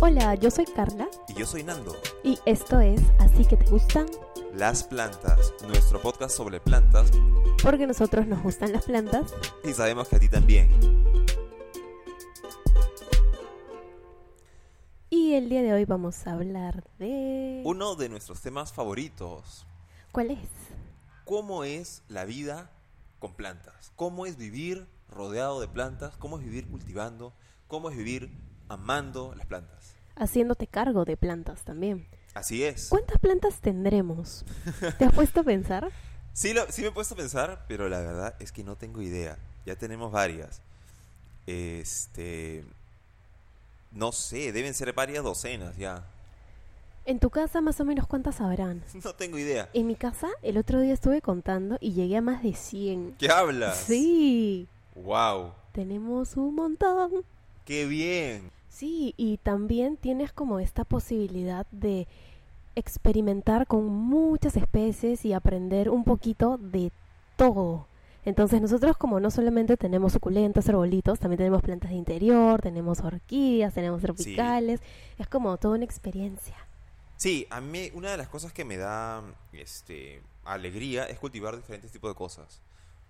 Hola, yo soy Carla. Y yo soy Nando. Y esto es Así que te gustan Las Plantas, nuestro podcast sobre plantas. Porque a nosotros nos gustan las plantas. Y sabemos que a ti también. Y el día de hoy vamos a hablar de... uno de nuestros temas favoritos. ¿Cuál es? ¿Cómo es la vida con plantas? ¿Cómo es vivir rodeado de plantas? ¿Cómo es vivir cultivando? ¿Cómo es vivir amando las plantas? Haciéndote cargo de plantas también. Así es. ¿Cuántas plantas tendremos? ¿Te has puesto a pensar? Sí me he puesto a pensar, pero la verdad es que no tengo idea. Ya tenemos varias. No sé, deben ser varias docenas ya. En tu casa más o menos ¿cuántas habrán? No tengo idea. En mi casa el otro día estuve contando y llegué a más de 100. ¿Qué hablas? Sí. Wow. Tenemos un montón. ¡Qué bien! Sí, y también tienes como esta posibilidad de experimentar con muchas especies y aprender un poquito de todo. Entonces nosotros como no solamente tenemos suculentas, arbolitos, también tenemos plantas de interior, tenemos orquídeas, tenemos tropicales. Sí. Es como toda una experiencia. Sí, a mí una de las cosas que me da alegría es cultivar diferentes tipos de cosas.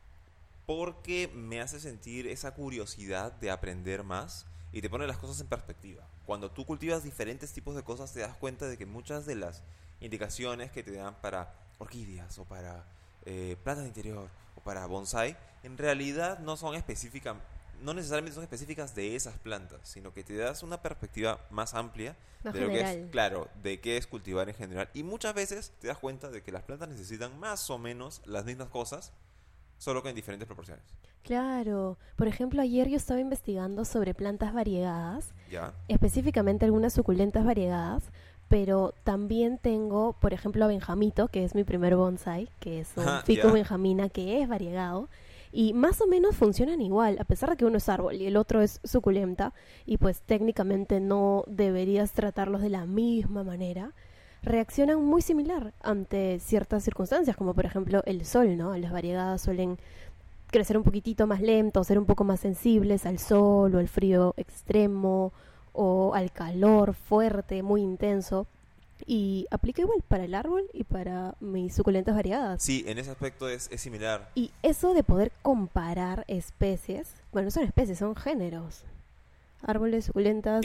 Porque me hace sentir esa curiosidad de aprender más y te pone las cosas en perspectiva. Cuando tú cultivas diferentes tipos de cosas te das cuenta de que muchas de las indicaciones que te dan para orquídeas o para plantas de interior o para bonsai en realidad no son específicas, no necesariamente son específicas de esas plantas, sino que te das una perspectiva más amplia más de general. lo que es, claro, de qué es cultivar en general. Y muchas veces te das cuenta de que las plantas necesitan más o menos las mismas cosas, solo que en diferentes proporciones. Claro. Por ejemplo, ayer yo estaba investigando sobre plantas variegadas, ¿Ya? específicamente algunas suculentas variegadas, pero también tengo, por ejemplo, a Benjamito, que es mi primer bonsai, que es un ficus benjamina, que es variegado, y más o menos funcionan igual, a pesar de que uno es árbol y el otro es suculenta, y pues técnicamente no deberías tratarlos de la misma manera, reaccionan muy similar ante ciertas circunstancias, como por ejemplo el sol, ¿no? Las variegadas suelen crecer un poquitito más lento, ser un poco más sensibles al sol o al frío extremo o al calor fuerte, muy intenso. Y aplica igual para el árbol y para mis suculentas variadas. Sí, en ese aspecto es similar. Y eso de poder comparar especies, bueno, no son especies, son géneros. Árboles, suculentas.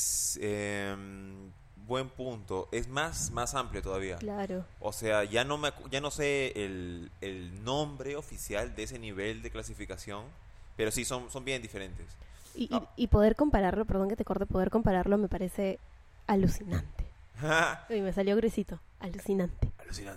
Buen punto. Es más amplio todavía. Claro. O sea, ya no sé el nombre oficial de ese nivel de clasificación, pero sí son bien diferentes. Y poder compararlo, perdón que te corte, poder compararlo me parece alucinante. Y me salió gruesito. Alucinante.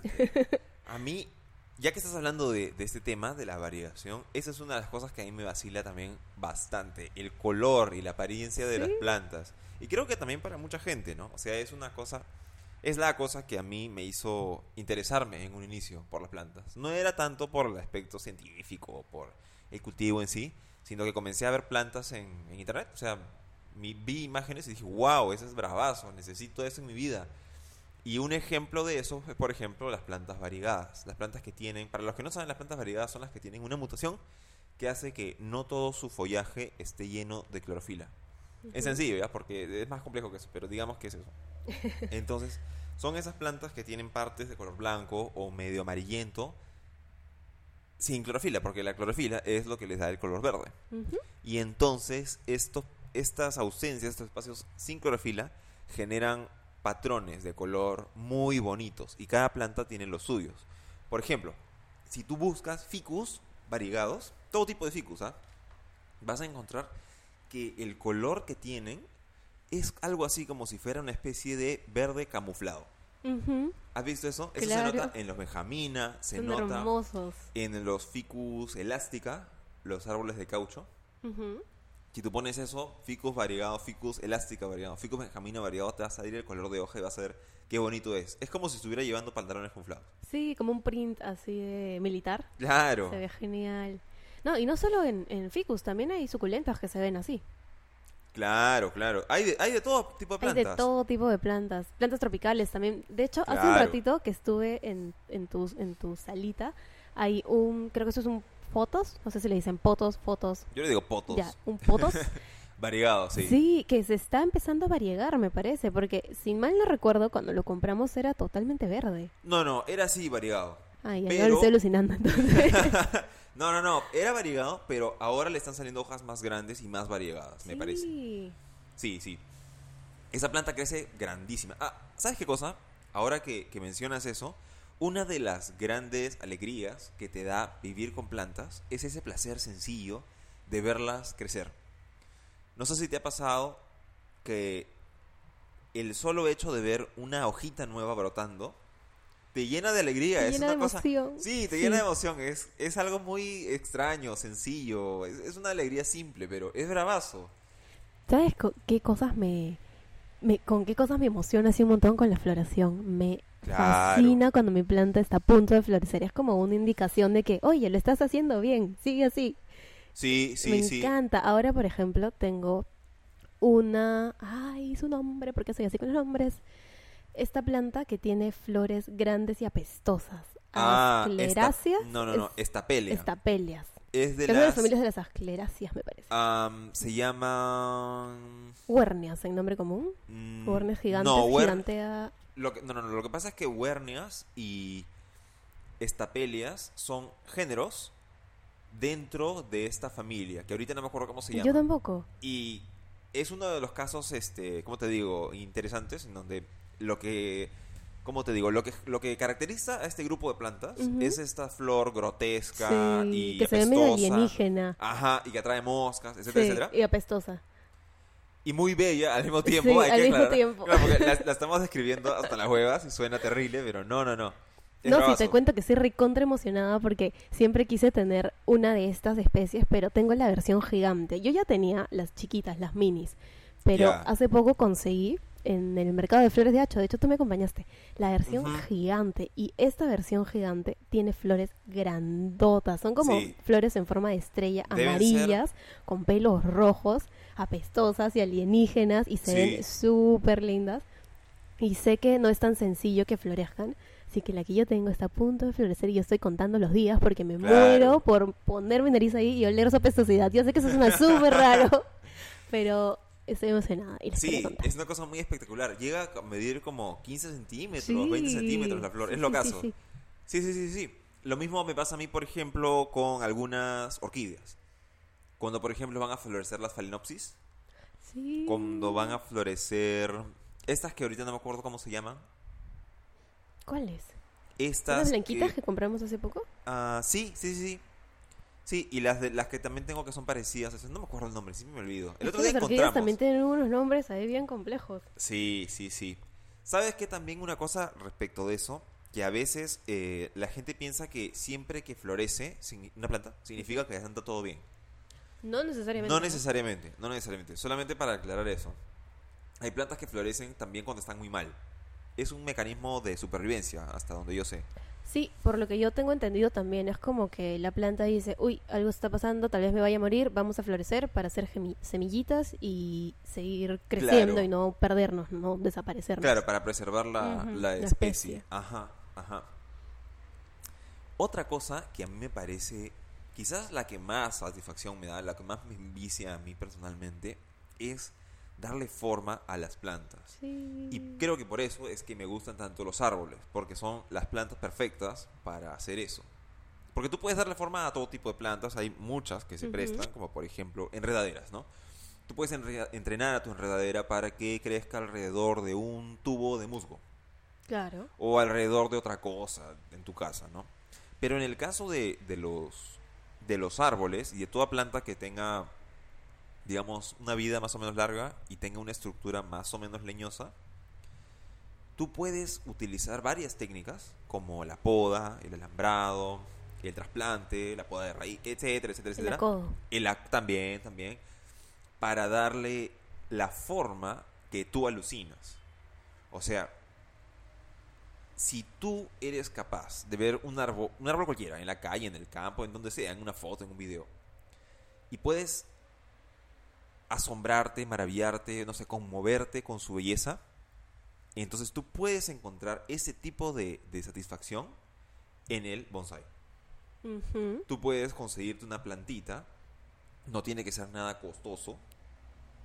A mí, ya que estás hablando de este tema, de la variegación, esa es una de las cosas que a mí me vacila también bastante. El color y la apariencia de las plantas. Y creo que también para mucha gente, ¿no? O sea, es la cosa que a mí me hizo interesarme en un inicio por las plantas. No era tanto por el aspecto científico o por el cultivo en sí, sino que comencé a ver plantas en internet. O sea, vi imágenes y dije, wow, ese es bravazo, necesito eso en mi vida. Y un ejemplo de eso es, por ejemplo, las plantas variegadas. Las plantas que tienen, para los que no saben, las plantas variegadas son las que tienen una mutación que hace que no todo su follaje esté lleno de clorofila. Uh-huh. Es sencillo, ¿ya? Porque es más complejo que eso, pero digamos que es eso. Entonces, son esas plantas que tienen partes de color blanco o medio amarillento sin clorofila, porque la clorofila es lo que les da el color verde. Uh-huh. Y entonces, estas ausencias, estos espacios sin clorofila, generan patrones de color muy bonitos. Y cada planta tiene los suyos. Por ejemplo, si tú buscas ficus variegados, todo tipo de ficus, vas a encontrar que el color que tienen es algo así como si fuera una especie de verde camuflado. Uh-huh. ¿Has visto eso? Eso claro. Se nota en los benjamina, Son nota hermosos. En los ficus elástica, los árboles de caucho. Uh-huh. Si tú pones eso, ficus variegado, ficus elástica variegado, ficus benjamina variegado, te va a salir el color de hoja y vas a ver qué bonito es. Es como si estuviera llevando pantalones camuflados. Sí, como un print así de militar. Claro. Se ve genial. No, y no solo en ficus, también hay suculentas que se ven así. Claro. Hay de todo tipo de plantas. Hay de todo tipo de plantas. Plantas tropicales también. De hecho, claro. Hace un ratito que estuve en tu salita, hay creo que eso es un potos, no sé si le dicen potos. Yo le digo potos. Ya, un potos. Variegado, sí. Sí, que se está empezando a variegar, me parece, porque si mal no recuerdo, cuando lo compramos era totalmente verde. No, era así variegado. Ay, ahora Pero... estoy alucinando entonces. No, era variegado, pero ahora le están saliendo hojas más grandes y más variegadas, me parece. Sí. Esa planta crece grandísima. Ah, ¿sabes qué cosa? Ahora que mencionas eso, una de las grandes alegrías que te da vivir con plantas es ese placer sencillo de verlas crecer. No sé si te ha pasado que el solo hecho de ver una hojita nueva brotando te llena de alegría. Te llena de emoción. Sí, te llena de emoción. Es algo muy extraño, sencillo. Es una alegría simple, pero es bravazo. ¿Sabes qué cosas con qué cosas me emociona así un montón con la floración? Me fascina cuando mi planta está a punto de florecer. Es como una indicación de que, oye, lo estás haciendo bien, sigue así. Sí. Me encanta. Ahora, por ejemplo, tengo una... Ay, su nombre, ¿por qué soy así con los nombres? Esta planta que tiene flores grandes y apestosas. Ascleráceas. Estapelia. Estapelias. Es de las familias de las ascleráceas, me parece. Se llaman... Huernias, en nombre común. Huernias gigantes, gigantea... Lo que pasa es que huernias y estapelias son géneros dentro de esta familia, que ahorita no me acuerdo cómo se llama. Yo tampoco. Y es uno de los casos, ¿cómo te digo? Interesantes, en donde lo que caracteriza a este grupo de plantas es esta flor grotesca y que apestosa. se ve medio alienígena. Ajá, y que atrae moscas, etcétera, etcétera. Y apestosa. Y muy bella al mismo tiempo. Sí, al mismo tiempo. Claro, porque la estamos describiendo hasta las huevas y suena terrible, pero no. No, sí, te cuento que estoy recontra emocionada porque siempre quise tener una de estas especies, pero tengo la versión gigante. Yo ya tenía las chiquitas, las minis, pero hace poco conseguí en el mercado de flores de Hacho, de hecho tú me acompañaste, la versión gigante, y esta versión gigante tiene flores grandotas, son como flores en forma de estrella, amarillas, con pelos rojos, apestosas y alienígenas, y se ven súper lindas, y sé que no es tan sencillo que florezcan. Así que la que yo tengo está a punto de florecer y yo estoy contando los días porque me muero por poner mi nariz ahí y oler esa pestosidad. Yo sé que eso suena súper raro, pero estoy emocionada y les quiero contar. Es una cosa muy espectacular. Llega a medir como 15 centímetros, 20 centímetros la flor. Es lo caso. Sí. Lo mismo me pasa a mí, por ejemplo, con algunas orquídeas. Cuando, por ejemplo, van a florecer las Phalaenopsis. Sí. Cuando van a florecer estas que ahorita no me acuerdo cómo se llaman. ¿Cuáles? Estas ¿Las blanquitas que compramos hace poco? Sí. Sí, y las que también tengo que son parecidas. No me acuerdo el nombre, siempre me olvido. El otro día las orquídeas también tienen unos nombres ahí bien complejos. Sí. ¿Sabes qué? También una cosa respecto de eso, que a veces la gente piensa que siempre que florece una planta, significa que anda todo bien. No necesariamente. No necesariamente. Solamente para aclarar eso. Hay plantas que florecen también cuando están muy mal. Es un mecanismo de supervivencia, hasta donde yo sé. Sí, por lo que yo tengo entendido también, es como que la planta dice, uy, algo está pasando, tal vez me vaya a morir, vamos a florecer para hacer semillitas y seguir creciendo y no perdernos, no desaparecernos. Claro, para preservar la especie. Ajá. Otra cosa que a mí me parece, quizás la que más satisfacción me da, la que más me envicia a mí personalmente, es darle forma a las plantas. Sí. Y creo que por eso es que me gustan tanto los árboles, porque son las plantas perfectas para hacer eso. Porque tú puedes darle forma a todo tipo de plantas, hay muchas que se prestan, como por ejemplo enredaderas, ¿no? Tú puedes entrenar a tu enredadera para que crezca alrededor de un tubo de musgo. Claro. O alrededor de otra cosa en tu casa, ¿no? Pero en el caso de los árboles y de toda planta que tenga, digamos, una vida más o menos larga y tenga una estructura más o menos leñosa, tú puedes utilizar varias técnicas como la poda, el alambrado, el trasplante, la poda de raíz, etcétera. El acodo. También, para darle la forma que tú alucinas. O sea, si tú eres capaz de ver un árbol cualquiera, en la calle, en el campo, en donde sea, en una foto, en un video, y puedes asombrarte, maravillarte, no sé, conmoverte con su belleza, entonces tú puedes encontrar ese tipo de satisfacción en el bonsái. Tú puedes conseguirte una plantita, no tiene que ser nada costoso,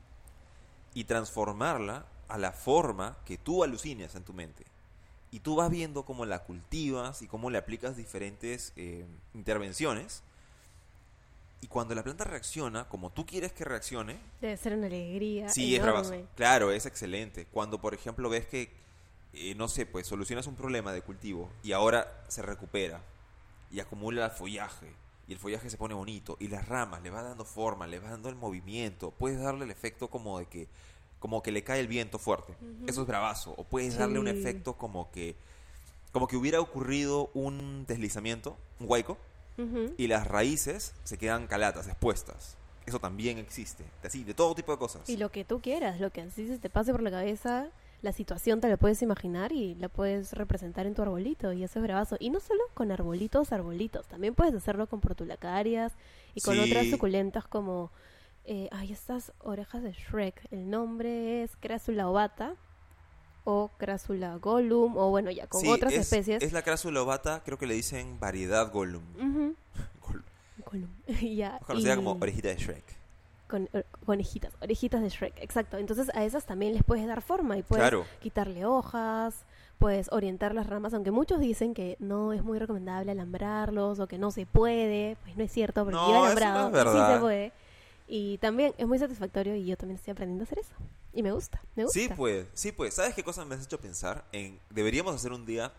y transformarla a la forma que tú alucines en tu mente. Y tú vas viendo cómo la cultivas y cómo le aplicas diferentes intervenciones. Y cuando la planta reacciona como tú quieres que reaccione... Debe ser una alegría Sí, enorme. es claro, es excelente. Cuando, por ejemplo, ves que, no sé, pues solucionas un problema de cultivo y ahora se recupera y acumula el follaje. Y el follaje se pone bonito. Y las ramas le va dando forma, le va dando el movimiento. Puedes darle el efecto como que le cae el viento fuerte. Uh-huh. Eso es bravazo. O puedes Sí. darle un efecto como que hubiera ocurrido un deslizamiento, un huaico, Uh-huh. y las raíces se quedan calatas, expuestas. Eso también existe. Así, de todo tipo de cosas. Y lo que tú quieras, lo que así se te pase por la cabeza, la situación te la puedes imaginar y la puedes representar en tu arbolito. Y eso es bravazo. Y no solo con arbolitos, también puedes hacerlo con portulacarias y con Sí. otras suculentas como... estas orejas de Shrek. El nombre es Crassula ovata o Crassula gollum, o bueno, ya con Sí, otras especies. es la Crassula ovata, creo que le dicen variedad Gollum. Ujú. Gollum. Gollum. Ya, Conocida y como orejita de Shrek. con orejitas de Shrek, exacto. Entonces a esas también les puedes dar forma y puedes Claro. quitarle hojas, puedes orientar las ramas, aunque muchos dicen que no es muy recomendable alambrarlos o que no se puede, pues no es cierto, porque No, yo he eso alambrado no es y sí verdad. se puede. Y también es muy satisfactorio y yo también estoy aprendiendo a hacer eso. Y me gusta. Sí, pues. ¿Sabes qué cosa me has hecho pensar? Deberíamos hacer un día,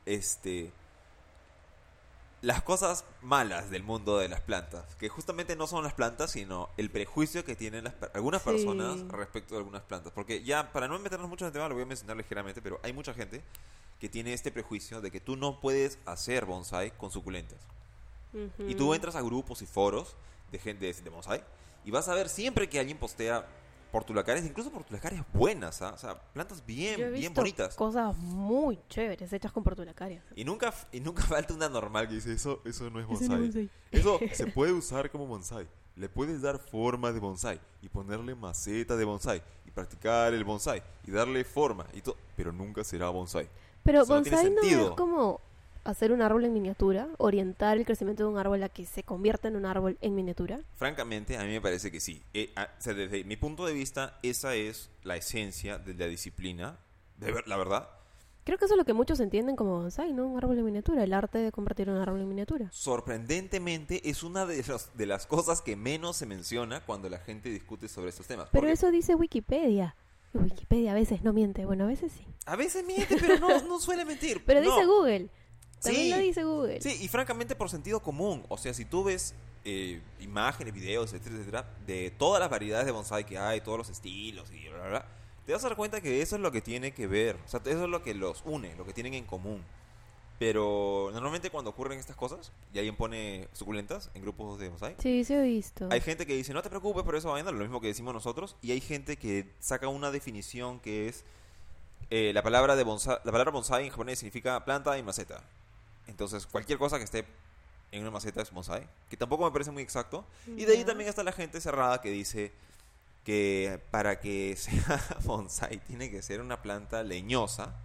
las cosas malas del mundo de las plantas, que justamente no son las plantas, sino el prejuicio que tienen algunas Sí. personas respecto de algunas plantas. Porque ya, para no meternos mucho en el tema, lo voy a mencionar ligeramente, pero hay mucha gente que tiene este prejuicio de que tú no puedes hacer bonsai con suculentas. Ujú. Y tú entras a grupos y foros de gente de bonsai y vas a ver siempre que alguien postea portulacarias, incluso portulacarias buenas, ¿ah? O sea, plantas Yo he bien visto bonitas. cosas muy chéveres hechas con portulacarias. Y nunca falta una normal que dice, eso no es Eso no bonsai. es bonsai. Eso se puede usar como bonsai. Le puedes dar forma de bonsai y ponerle maceta de bonsai y practicar el bonsai y darle forma y todo, pero nunca será bonsai. Pero Eso no tiene bonsai no sentido. es como hacer un árbol en miniatura, orientar el crecimiento de un árbol a que se convierta en un árbol en miniatura. Francamente, a mí me parece que sí. O sea, desde mi punto de vista, esa es la esencia de la disciplina, la verdad. Creo que eso es lo que muchos entienden como bonsai, ¿no? Un árbol en miniatura, el arte de convertir un árbol en miniatura. Sorprendentemente, es una de las cosas que menos se menciona cuando la gente discute sobre estos temas. Pero Porque eso dice Wikipedia. Y Wikipedia a veces no miente, bueno, a veces sí. a veces miente, pero no suele mentir. Pero No. dice Google. También Sí. lo dice Google. Sí, y francamente por sentido común. O sea, si tú ves imágenes, videos, etcétera, de todas las variedades de bonsai que hay, todos los estilos y bla, bla, bla, te vas a dar cuenta que eso es lo que tiene que ver. O sea, eso es lo que los une, lo que tienen en común. Pero normalmente cuando ocurren estas cosas y alguien pone suculentas en grupos de bonsai, Sí, sí he visto. hay gente que dice, no te preocupes por eso, vaina, lo mismo que decimos nosotros, y hay gente que saca una definición que es la palabra bonsai en japonés significa planta y maceta. Entonces, cualquier cosa que esté en una maceta es bonsai, que tampoco me parece muy exacto. Y de ahí Ya. también está la gente cerrada que dice que para que sea bonsai tiene que ser una planta leñosa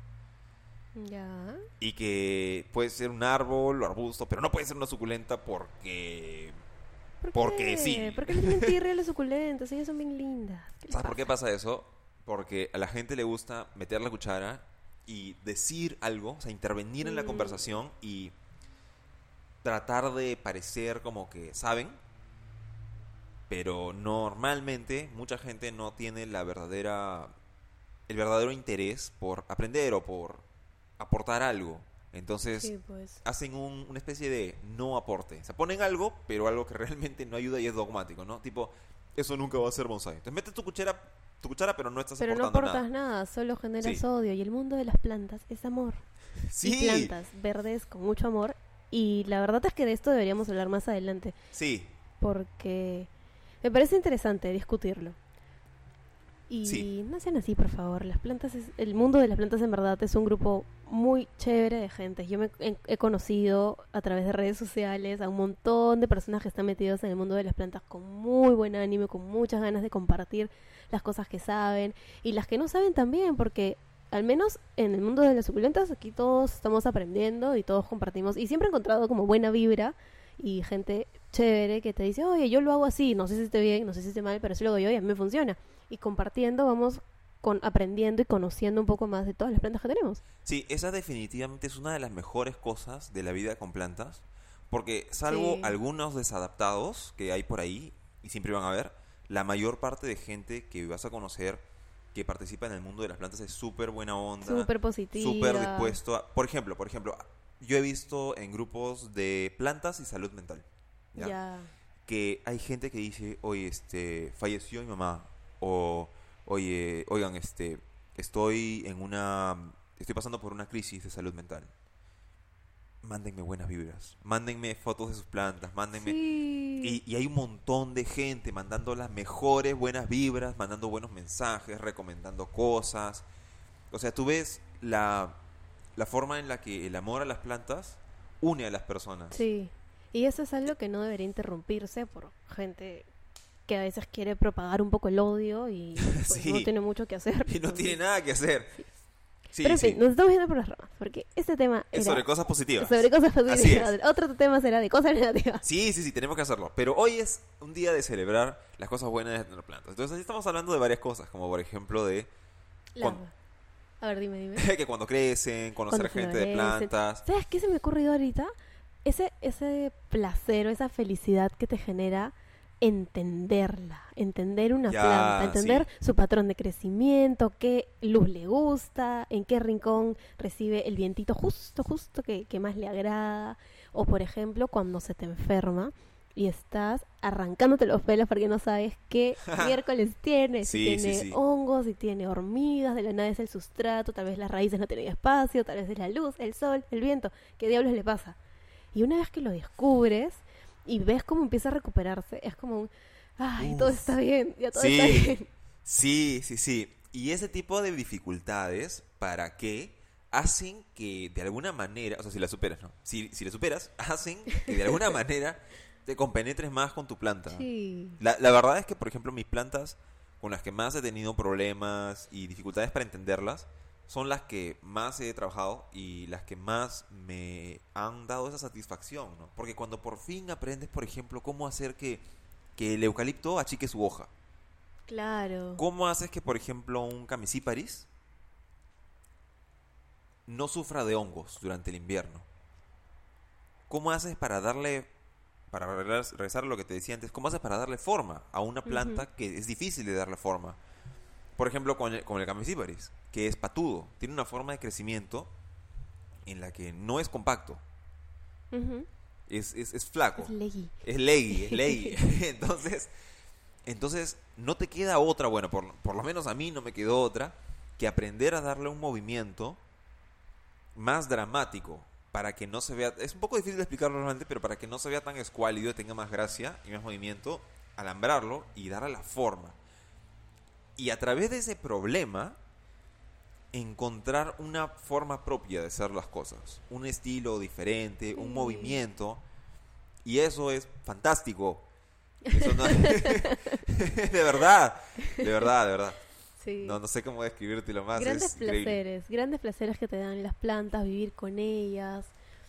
Ya. y que puede ser un árbol o arbusto, pero no puede ser una suculenta porque... ¿Por Porque qué? sí. ¿Por qué les mentirle a las suculentas? Ellas son bien lindas. ¿Qué les ¿Sabes por qué pasa? pasa eso? Porque a la gente le gusta meter la cuchara y decir algo, o sea, intervenir en la conversación y tratar de parecer como que saben, pero normalmente mucha gente no tiene el verdadero interés por aprender o por aportar algo. Entonces Sí, pues. hacen una especie de no aporte. O sea, ponen algo, pero algo que realmente no ayuda y es dogmático, ¿no? Tipo, eso nunca va a ser bonsai. Entonces metes tu cuchara, pero no estás Pero no aportando aportas nada. nada, solo generas Sí. odio. Y el mundo de las plantas es amor. Sí, Y plantas verdes con mucho amor. Y la verdad es que de esto deberíamos hablar más adelante. sí, Porque me parece interesante discutirlo. Y Sí. no sean así, por favor. Las plantas, el mundo de las plantas en verdad es un grupo muy chévere de gente. Yo he conocido a través de redes sociales a un montón de personas que están metidas en el mundo de las plantas con muy buen ánimo, con muchas ganas de compartir las cosas que saben y las que no saben también, porque al menos en el mundo de las suculentas aquí todos estamos aprendiendo y todos compartimos. Y siempre he encontrado como buena vibra y gente chévere que te dice, oye, yo lo hago así, no sé si esté bien, no sé si esté mal, pero así lo hago yo y a mí me funciona. Y compartiendo vamos aprendiendo y conociendo un poco más de todas las plantas que tenemos. Sí, esa definitivamente es una de las mejores cosas de la vida con plantas, porque salvo Sí, algunos desadaptados que hay por ahí, y siempre van a haber, la mayor parte de gente que vas a conocer que participa en el mundo de las plantas es súper buena onda, súper súper positiva. dispuesto a... Por ejemplo, yo he visto en grupos de plantas y salud mental, ¿ya? Ya, Que hay gente que dice, oye, falleció mi mamá, o, oye, oigan, estoy pasando por una crisis de salud mental. Mándenme buenas vibras, mándenme fotos de sus plantas, mándenme... sí, Y hay un montón de gente mandando las mejores buenas vibras, mandando buenos mensajes, recomendando cosas. O sea, tú ves la forma en la que el amor a las plantas une a las personas. sí. Y eso es algo que no debería interrumpirse por gente que a veces quiere propagar un poco el odio y pues no Sí, tiene mucho que hacer. y no tiene Entonces, nada que hacer. sí. Pero Sí, en fin, sí. nos estamos yendo por las ramas, porque este tema Es era sobre cosas positivas. sobre cosas Así positivas. es. Otro tema será de cosas negativas. Sí, sí, sí, tenemos que hacerlo. Pero hoy es un día de celebrar las cosas buenas de tener plantas. Entonces, ahí estamos hablando de varias cosas, como por ejemplo de La- cuan- A ver, dime. que cuando crecen, conocer Cuando gente de florecen. plantas. ¿Sabes qué se me ha ocurrido ahorita? Ese placer o esa felicidad que te genera entenderla, entender una Ya, planta, entender sí. su patrón de crecimiento, qué luz le gusta, en qué rincón recibe el vientito justo que más le agrada. O por ejemplo, cuando se te enferma y estás arrancándote los pelos porque no sabes qué miércoles tiene, si Sí, sí, tiene sí. hongos, si tiene hormigas, de la nada es el sustrato, tal vez las raíces no tienen espacio, tal vez es la luz, el sol, el viento, ¿qué diablos le pasa? Y una vez que lo descubres y ves cómo empieza a recuperarse, es como un, ay, todo Uf. está bien, ya todo está Sí, bien. sí, sí, sí. Y ese tipo de dificultades, ¿para qué? Hacen que de alguna manera, o sea, si la superas, ¿no? Si la superas, hacen que de alguna manera te compenetres más con tu planta. Sí, La verdad es que, por ejemplo, mis plantas con las que más he tenido problemas y dificultades para entenderlas son las que más he trabajado y las que más me han dado esa satisfacción, ¿no? Porque cuando por fin aprendes, por ejemplo, cómo hacer que el eucalipto achique su hoja. claro. ¿Cómo haces que, por ejemplo, un Camisiparis no sufra de hongos durante el invierno? ¿Cómo haces regresar a lo que te decía antes, cómo haces para darle forma a una Ujú, planta que es difícil de darle forma? Por ejemplo, con el Camisiparis, que es patudo, tiene una forma de crecimiento en la que no es compacto, ujú. es flaco, Es leggy. es leggy. Entonces, no te queda otra, bueno, por lo menos a mí no me quedó otra, que aprender a darle un movimiento más dramático, para que no se vea, es un poco difícil de explicarlo realmente, pero para que no se vea tan escuálido, tenga más gracia y más movimiento, alambrarlo y darle la forma. Y a través de ese problema, encontrar una forma propia de hacer las cosas, un estilo diferente, un Sí. movimiento, y eso es fantástico. Eso no de verdad, de verdad, de verdad. Sí. No sé cómo describírtelo más, es increíble. Grandes placeres que te dan las plantas, vivir con ellas.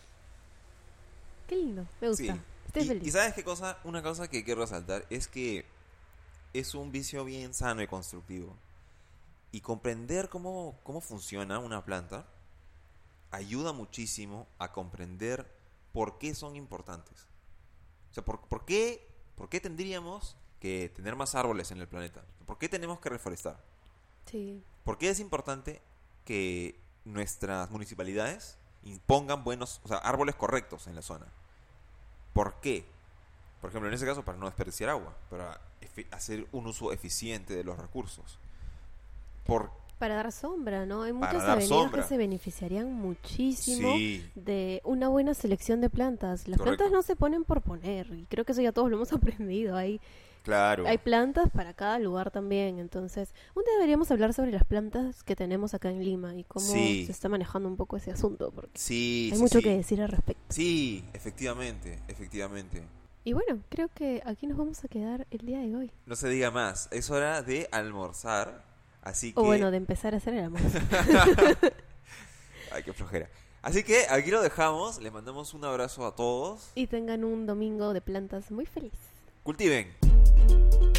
Qué lindo, me gusta. Sí. Estoy Y feliz. ¿sabes qué cosa? Una cosa que quiero resaltar es que es un vicio bien sano y constructivo. Y comprender cómo funciona una planta ayuda muchísimo a comprender por qué son importantes. O sea, por qué tendríamos que tener más árboles en el planeta? ¿Por qué tenemos que reforestar? Sí. ¿Por qué es importante que nuestras municipalidades impongan buenos, o sea, árboles correctos en la zona? ¿Por qué? Por ejemplo, en ese caso, para no desperdiciar agua, para hacer un uso eficiente de los recursos. Por, Para dar sombra, ¿no? Hay para muchas dar avenidas sombra. que se beneficiarían muchísimo Sí, de una buena selección de plantas. Las plantas correcto. no se ponen por poner, y creo que eso ya todos lo hemos aprendido. Claro. Hay plantas para cada lugar también. Entonces, un día deberíamos hablar sobre las plantas que tenemos acá en Lima y cómo Sí. se está manejando un poco ese asunto, porque Sí, hay sí, mucho sí. que decir al respecto. Sí, efectivamente, efectivamente. Y bueno, creo que aquí nos vamos a quedar el día de hoy. No se diga más, es hora de almorzar, así que... O bueno, de empezar a hacer el amor. Ay, qué flojera. Así que aquí lo dejamos. Le mandamos un abrazo a todos. Y tengan un domingo de plantas muy feliz. Cultiven.